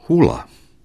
Hula.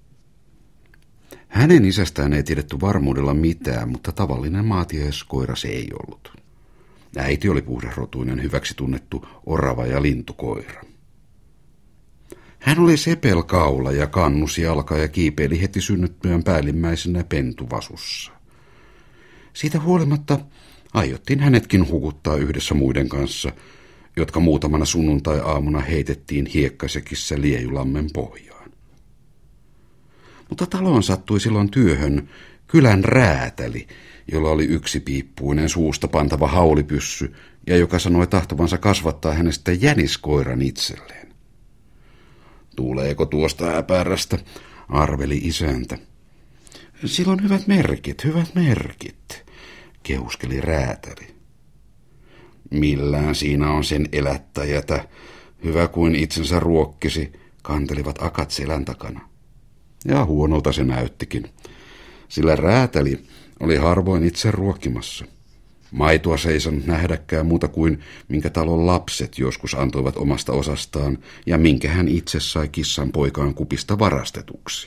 Hänen isästään ei tiedetty varmuudella mitään, mutta tavallinen maatieskoira se ei ollut. Äiti oli puhdasrotuinen, hyväksi tunnettu orava- ja lintukoira. Hän oli sepelkaula ja kannus jalka ja kiipeili heti synnyttyään päällimmäisenä pentuvasussa. Siitä huolimatta aiottiin hänetkin hukuttaa yhdessä muiden kanssa, jotka muutamana sunnuntai-aamuna heitettiin hiekkasekissä Liejulammen pohjaan. Mutta taloon sattui silloin työhön kylän räätäli, jolla oli yksipiippuinen suusta pantava haulipyssy ja joka sanoi tahtovansa kasvattaa hänestä jäniskoiran itselleen. Tuleeko tuosta äpärästä, arveli isäntä. Silloin hyvät merkit, keuskeli räätäli. Millään siinä on sen elättäjätä, hyvä kuin itsensä ruokkisi, kantelivat akat selän takana. Ja huonolta se näyttikin, sillä räätäli oli harvoin itse ruokkimassa. Maitoa se ei saanut nähdäkään muuta kuin minkä talon lapset joskus antoivat omasta osastaan ja minkä hän itse sai kissan poikaan kupista varastetuksi.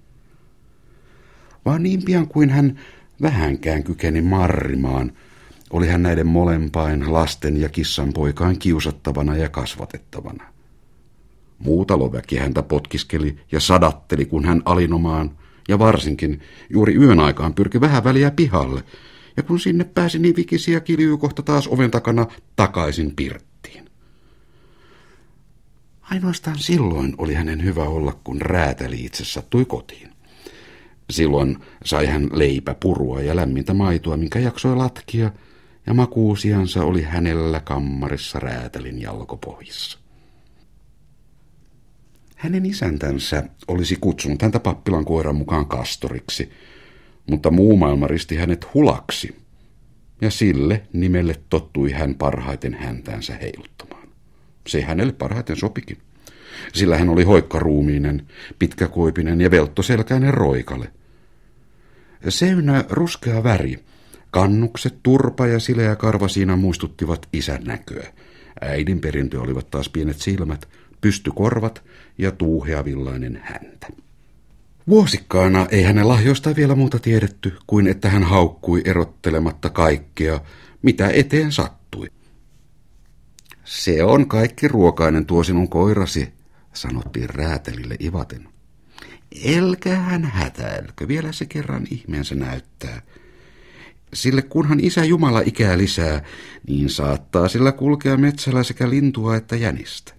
Vaan niin pian kuin hän vähänkään kykeni marrimaan, oli hän näiden molempain lasten ja kissan poikaan kiusattavana ja kasvatettavana. Muu taloväki häntä potkiskeli ja sadatteli, kun hän alinomaan ja varsinkin juuri yön aikaan pyrki vähän väliä pihalle, ja kun sinne pääsi niin vikisiä kiljuu kohta taas oven takana takaisin pirttiin. Ainoastaan silloin oli hänen hyvä olla, kun räätäli itse sattui kotiin. Silloin sai hän leipäpurua ja lämmintä maitoa, minkä jaksoi latkia, ja makuusiansa oli hänellä kammarissa räätälin jalkopohjissa. Hänen isäntänsä olisi kutsunut häntä pappilan koiran mukaan kastoriksi, mutta muu maailma risti hänet Hulaksi, ja sille nimelle tottui hän parhaiten häntänsä heiluttamaan. Se hänelle parhaiten sopikin, sillä hän oli hoikkaruumiinen, pitkäkoipinen ja velttoselkäinen roikale. Seynä ruskea väri, kannukset, turpa ja sileä karva siinä muistuttivat isän näköä. Äidin perintö olivat taas pienet silmät, pystykorvat ja tuuheavillainen häntä. Vuosikkaana ei hänen lahjoistaan vielä muuta tiedetty kuin että hän haukkui erottelematta kaikkea, mitä eteen sattui. Se on kaikki ruokainen tuo sinun koirasi, sanottiin räätälille ivaten. Elkähän hätäilkö, vielä se kerran ihmeensä näyttää. Sille kunhan Isä Jumala ikää lisää, niin saattaa sillä kulkea metsällä sekä lintua että jänistä.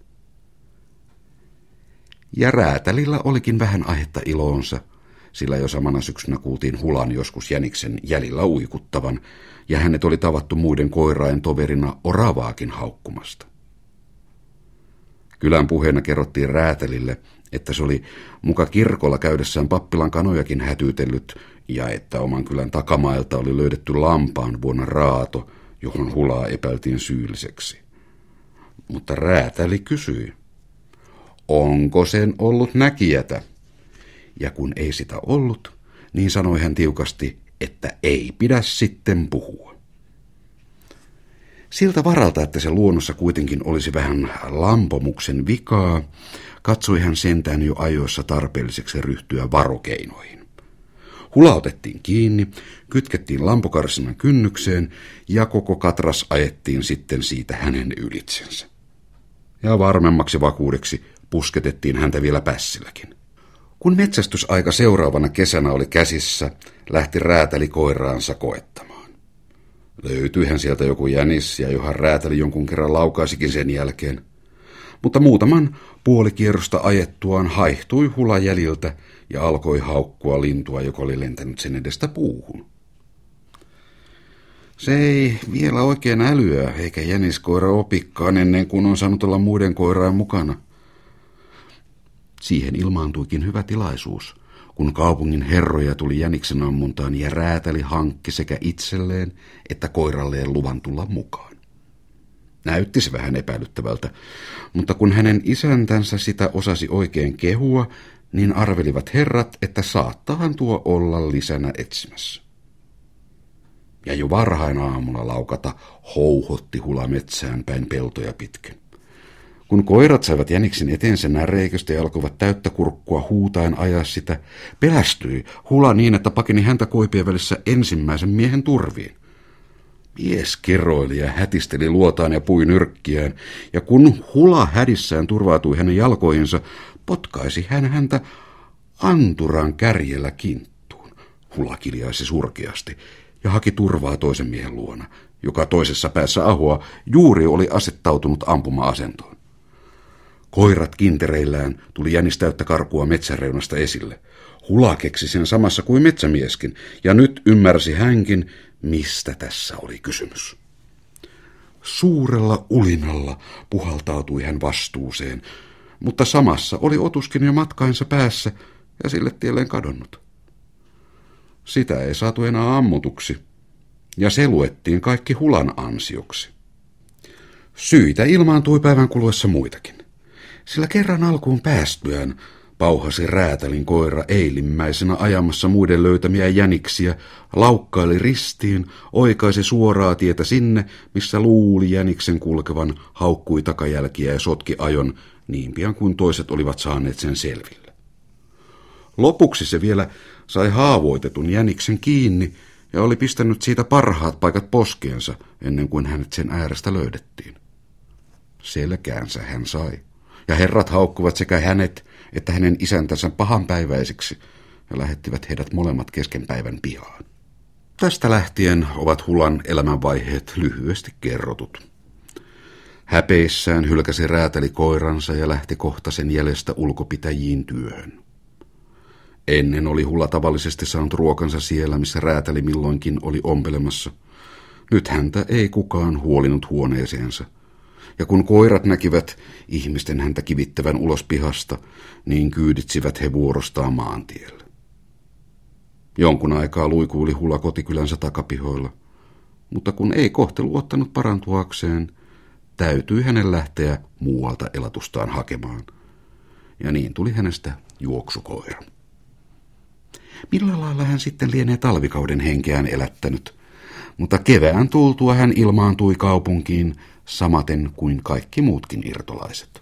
Ja räätälillä olikin vähän aihetta iloonsa, sillä jo samana syksynä kuultiin Hulan joskus jäniksen jäljillä uikuttavan, ja hänet oli tavattu muiden koirain toverina oravaakin haukkumasta. Kylän puheena kerrottiin räätälille, että se oli muka kirkolla käydessään pappilan kanojakin hätyytellyt, ja että oman kylän takamailta oli löydetty lampaan vuonna raato, johon Hulaa epäiltiin syylliseksi. Mutta räätäli kysyi, onko sen ollut näkijätä? Ja kun ei sitä ollut, niin sanoi hän tiukasti, että ei pidä sitten puhua. Siltä varalta, että se luonnossa kuitenkin olisi vähän lampomuksen vikaa, katsoi hän sentään jo ajoissa tarpeelliseksi ryhtyä varokeinoihin. Hula otettiin kiinni, kytkettiin lampokarsinan kynnykseen ja koko katras ajettiin sitten siitä hänen ylitsensä. Ja varmemmaksi vakuudeksi pusketettiin häntä vielä pässilläkin. Kun metsästysaika seuraavana kesänä oli käsissä, lähti räätäli koiraansa koettamaan. Löytyihän sieltä joku jänis ja johan räätäli jonkun kerran laukaisikin sen jälkeen. Mutta muutaman puolikierrosta ajettuaan haihtui Hula jäljiltä ja alkoi haukkua lintua, joka oli lentänyt sen edestä puuhun. Se ei vielä oikein älyä, eikä jäniskoira opikkaan ennen kuin on saanut olla muiden koiraan mukana. Siihen ilmaantuikin hyvä tilaisuus, kun kaupungin herroja tuli jäniksen ammuntaan ja räätäli hankki sekä itselleen että koiralleen luvan tulla mukaan. Näytti se vähän epäilyttävältä, mutta kun hänen isäntänsä sitä osasi oikein kehua, niin arvelivat herrat, että saattaahan tuo olla lisänä etsimässä. Ja jo varhain aamulla laukata houhotti Hula metsään päin peltoja pitkin. Kun koirat saivat jäniksen eteensä näreiköstä ja alkoivat täyttä kurkkua huutaen ajaa sitä, pelästyi Hula niin, että pakeni häntä koipien välissä ensimmäisen miehen turviin. Mies keroili ja hätisteli luotaan ja pui nyrkkiään, ja kun Hula hädissään turvautui hänen jalkoihinsa, potkaisi hän häntä anturan kärjellä kinttuun. Hula kiljaisi surkeasti ja haki turvaa toisen miehen luona, joka toisessa päässä ahoa juuri oli asettautunut ampuma-asentoon. Koirat kintereillään tuli jänistäyttä karkua metsäreunasta esille. Hula keksi sen samassa kuin metsämieskin, ja nyt ymmärsi hänkin, mistä tässä oli kysymys. Suurella ulinalla puhaltautui hän vastuuseen, mutta samassa oli otuskin jo matkainsa päässä ja sille tielleen kadonnut. Sitä ei saatu enää ammutuksi, ja se luettiin kaikki Hulan ansioksi. Syitä ilmaantui päivän kuluessa muitakin, sillä kerran alkuun päästyään pauhasi räätälin koira eilimmäisenä ajamassa muiden löytämiä jäniksiä, laukkaili ristiin, oikaisi suoraa tietä sinne, missä luuli jäniksen kulkevan, haukkui takajälkiä ja sotki ajon niin pian kuin toiset olivat saaneet sen selville. Lopuksi se vielä sai haavoitetun jäniksen kiinni ja oli pistänyt siitä parhaat paikat poskeensa ennen kuin hänet sen äärestä löydettiin. Selkäänsä hän sai, ja herrat haukkuvat sekä hänet että hänen isäntänsä pahanpäiväisiksi ja lähettivät heidät molemmat kesken päivän pihaan. Tästä lähtien ovat Hulan elämänvaiheet lyhyesti kerrotut. Häpeissään hylkäsi räätäli koiransa ja lähti kohta sen jäljestä ulkopitäjiin työhön. Ennen oli Hula tavallisesti saanut ruokansa siellä, missä räätäli milloinkin oli ompelemassa. Nyt häntä ei kukaan huolinut huoneeseensa. Ja kun koirat näkivät ihmisten häntä kivittävän ulos pihasta, niin kyyditsivät he vuorostaan maantielle. Jonkun aikaa luikuili Hula kotikylänsä takapihoilla, mutta kun ei kohtelu ottanut parantuakseen, täytyi hänen lähteä muualta elatustaan hakemaan. Ja niin tuli hänestä juoksukoira. Millä lailla hän sitten lienee talvikauden henkeään elättänyt, mutta kevään tultua hän ilmaantui kaupunkiin samaten kuin kaikki muutkin irtolaiset.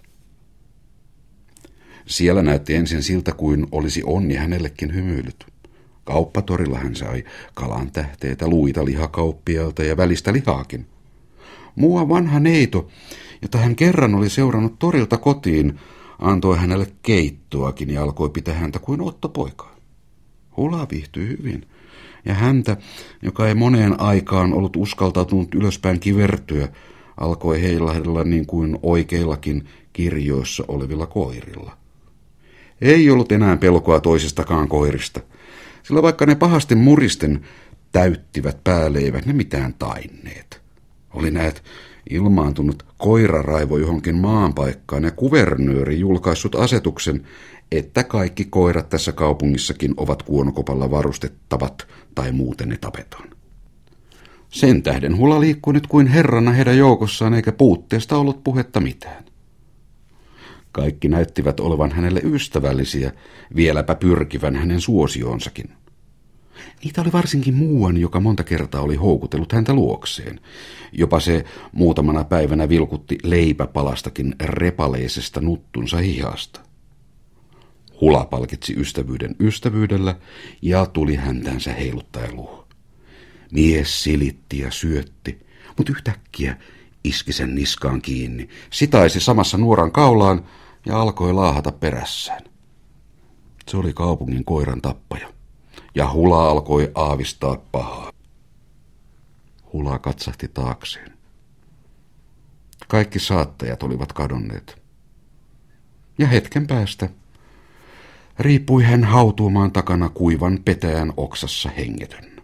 Siellä näytti ensin siltä, kuin olisi onni hänellekin hymyilyt. Kauppatorilla hän sai kalan tähteitä, luita lihakauppialta ja välistä lihaakin. Mua vanha neito, jota hän kerran oli seurannut torilta kotiin, antoi hänelle keittoakin ja alkoi pitää häntä kuin ottopoikaa. Hula viihtyi hyvin, ja häntä, joka ei moneen aikaan ollut uskaltautunut ylöspäin kivertyä, alkoi heilahdella niin kuin oikeillakin kirjoissa olevilla koirilla. Ei ollut enää pelkoa toisistakaan koirista, sillä vaikka ne pahasti muristen täyttivät päälle, eivät ne mitään tainneet. Oli näet ilmaantunut koiraraivo johonkin maanpaikkaan ja kuvernööri julkaissut asetuksen, että kaikki koirat tässä kaupungissakin ovat kuonokopalla varustettavat tai muuten ne tapetaan. Sen tähden Hula liikkui nyt kuin herrana heidän joukossaan, eikä puutteesta ollut puhetta mitään. Kaikki näyttivät olevan hänelle ystävällisiä, vieläpä pyrkivän hänen suosioonsakin. Niitä oli varsinkin muuan, joka monta kertaa oli houkutellut häntä luokseen. Jopa se muutamana päivänä vilkutti leipäpalastakin repaleisesta nuttunsa hihasta. Hula palkitsi ystävyyden ystävyydellä ja tuli häntänsä heiluttaen luo. Mies silitti ja syötti, mutta yhtäkkiä iski sen niskaan kiinni, sitaisi samassa nuoran kaulaan ja alkoi laahata perässään. Se oli kaupungin koiran tappaja, ja Hula alkoi aavistaa pahaa. Hula katsahti taakseen. Kaikki saattajat olivat kadonneet. Ja hetken päästä riippui hän hautuumaan takana kuivan petäjän oksassa hengetön.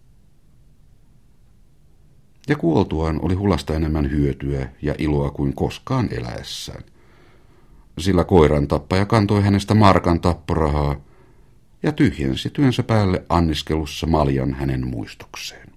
Ja kuoltuaan oli Hulasta enemmän hyötyä ja iloa kuin koskaan eläessään. Sillä koiran tappaja kantoi hänestä markan tapporahaa ja tyhjensi työnsä päälle anniskelussa maljan hänen muistokseen.